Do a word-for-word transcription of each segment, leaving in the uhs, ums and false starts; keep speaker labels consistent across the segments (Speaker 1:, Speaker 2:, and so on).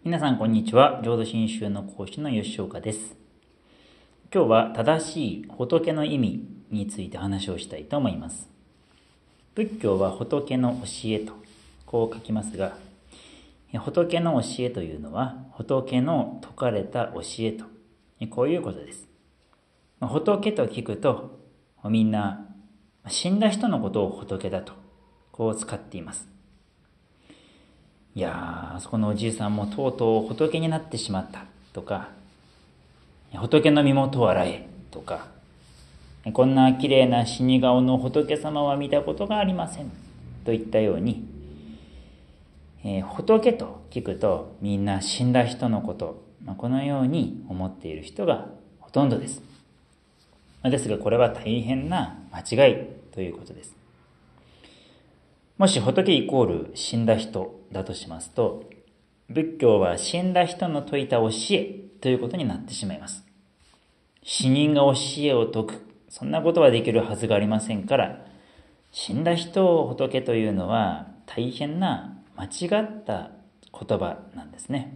Speaker 1: 皆さんこんにちは。浄土真宗の講師の吉岡です。今日は正しい仏の意味について話をしたいと思います。仏教は仏の教えとこう書きますが、仏の教えというのは仏の説かれた教えとこういうことです。仏と聞くとみんな死んだ人のことを仏だとこう使っています。いやー、そこのおじいさんもとうとう仏になってしまったとか、仏の身元を洗えとか、こんな綺麗な死に顔の仏様は見たことがありませんといったように、えー、仏と聞くとみんな死んだ人のこと、まあ、このように思っている人がほとんどです。ですがこれは大変な間違いということです。もし仏イコール死んだ人だとしますと、仏教は死んだ人の説いた教えということになってしまいます。死人が教えを説く、そんなことはできるはずがありませんから、死んだ人を仏というのは大変な間違った言葉なんですね。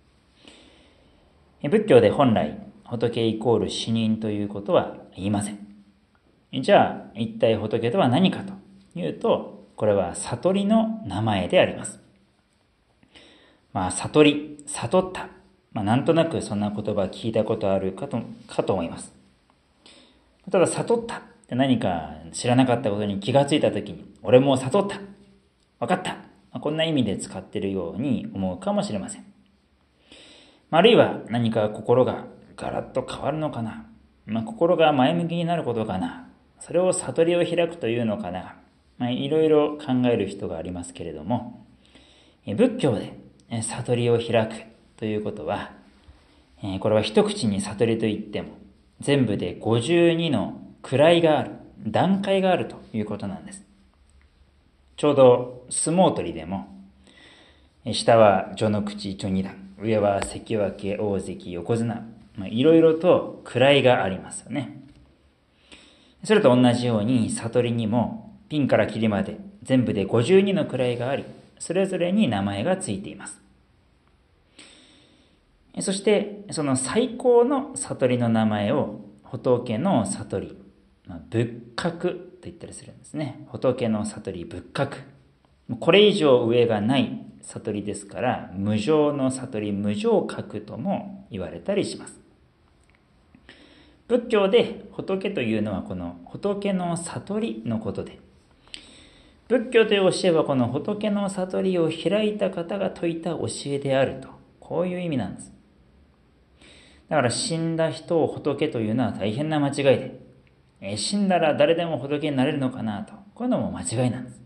Speaker 1: 仏教で本来仏イコール死人ということは言いません。じゃあ一体仏とは何かというと、これは悟りの名前であります。まあ、悟り、悟った。まあ、なんとなくそんな言葉聞いたことあるかと、かと思います。ただ、悟ったって何か知らなかったことに気がついたときに、俺もう悟った。わかった。まあ、こんな意味で使っているように思うかもしれません。あるいは何か心がガラッと変わるのかな。まあ、心が前向きになることかな。それを悟りを開くというのかな。まあ、いろいろ考える人がありますけれども、仏教で悟りを開くということは、これは一口に悟りといっても、全部でごじゅうにの位がある、段階があるということなんです。ちょうど相撲取りでも、下は序の口序二段、上は関脇、大関、横綱、まあ、いろいろと位がありますよね。それと同じように悟りにも、ピンからキリまで全部でごじゅうにの位があり、それぞれに名前がついています。そしてその最高の悟りの名前を仏の悟り、仏覚と言ったりするんですね。仏の悟り、仏覚。これ以上上がない悟りですから、無常の悟り、無常覚とも言われたりします。仏教で仏というのはこの仏の悟りのことで、仏教という教えはこの仏の悟りを開いた方が説いた教えであると、こういう意味なんです。だから死んだ人を仏というのは大変な間違いで、え死んだら誰でも仏になれるのかなと、こういうのも間違いなんです。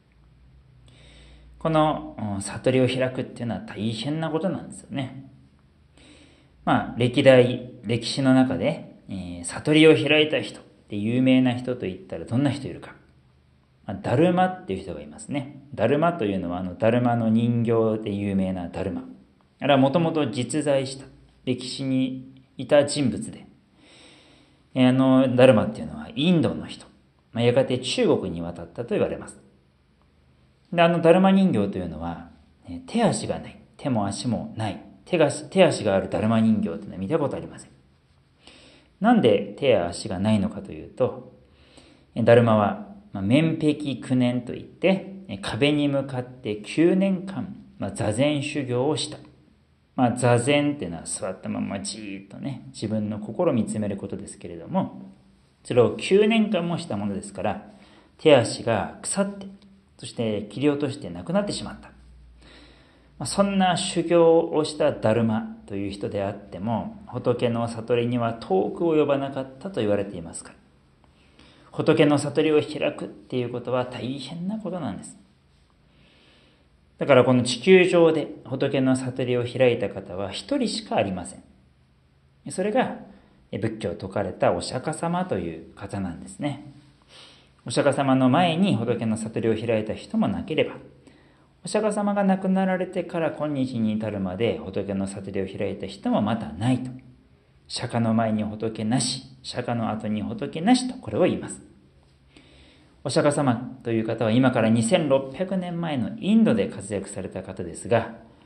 Speaker 1: この悟りを開くっていうのは大変なことなんですよね。まあ歴代、歴史の中で、えー、悟りを開いた人って有名な人といったらどんな人いるか。ダルマっていう人がいますね。ダルマというのはあのダルマの人形で有名なダルマ。あれはもともと実在した歴史にいた人物で、あのダルマっていうのはインドの人、まあ、やがて中国に渡ったと言われます。で、あのダルマ人形というのは手足がない、手も足もない、手が手足があるダルマ人形というのは見たことありません。なんで手や足がないのかというと、ダルマは面壁九年といって壁に向かってきゅうねんかん、まあ、座禅修行をした。まあ、座禅っていうのは座ったままじーっとね自分の心を見つめることですけれども、それをきゅうねんかんもしたものですから手足が腐って、そして切り落としてなくなってしまった。まあ、そんな修行をしたダルマという人であっても仏の悟りには遠く及ばなかったと言われていますから、仏の悟りを開くっていうことは大変なことなんです。だからこの地球上で仏の悟りを開いた方は一人しかありません。それが仏教を説かれたお釈迦様という方なんですね。お釈迦様の前に仏の悟りを開いた人もなければ、お釈迦様が亡くなられてから今日に至るまで仏の悟りを開いた人もまたないと。釈迦の前に仏なし、釈迦の後に仏なしとこれを言います。お釈迦様という方は今からにせんろっぴゃくねんまえのインドで活躍された方ですが、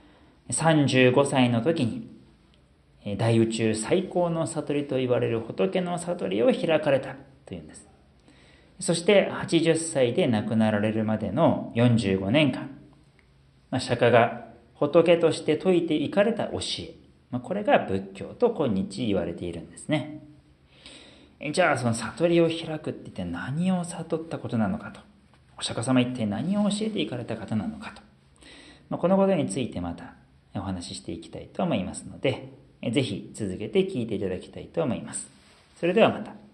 Speaker 1: さんじゅうごさいの時に大宇宙最高の悟りと言われる仏の悟りを開かれたというんです。そしてはちじゅっさいで亡くなられるまでのよんじゅうごねんかん、まあ、釈迦が仏として説いていかれた教え、まあ、これが仏教と今日言われているんですね。じゃあその悟りを開くって一体何を悟ったことなのかと、お釈迦様一体何を教えていかれた方なのかと、まあ、このことについてまたお話ししていきたいと思いますので、ぜひ続けて聞いていただきたいと思います。それではまた。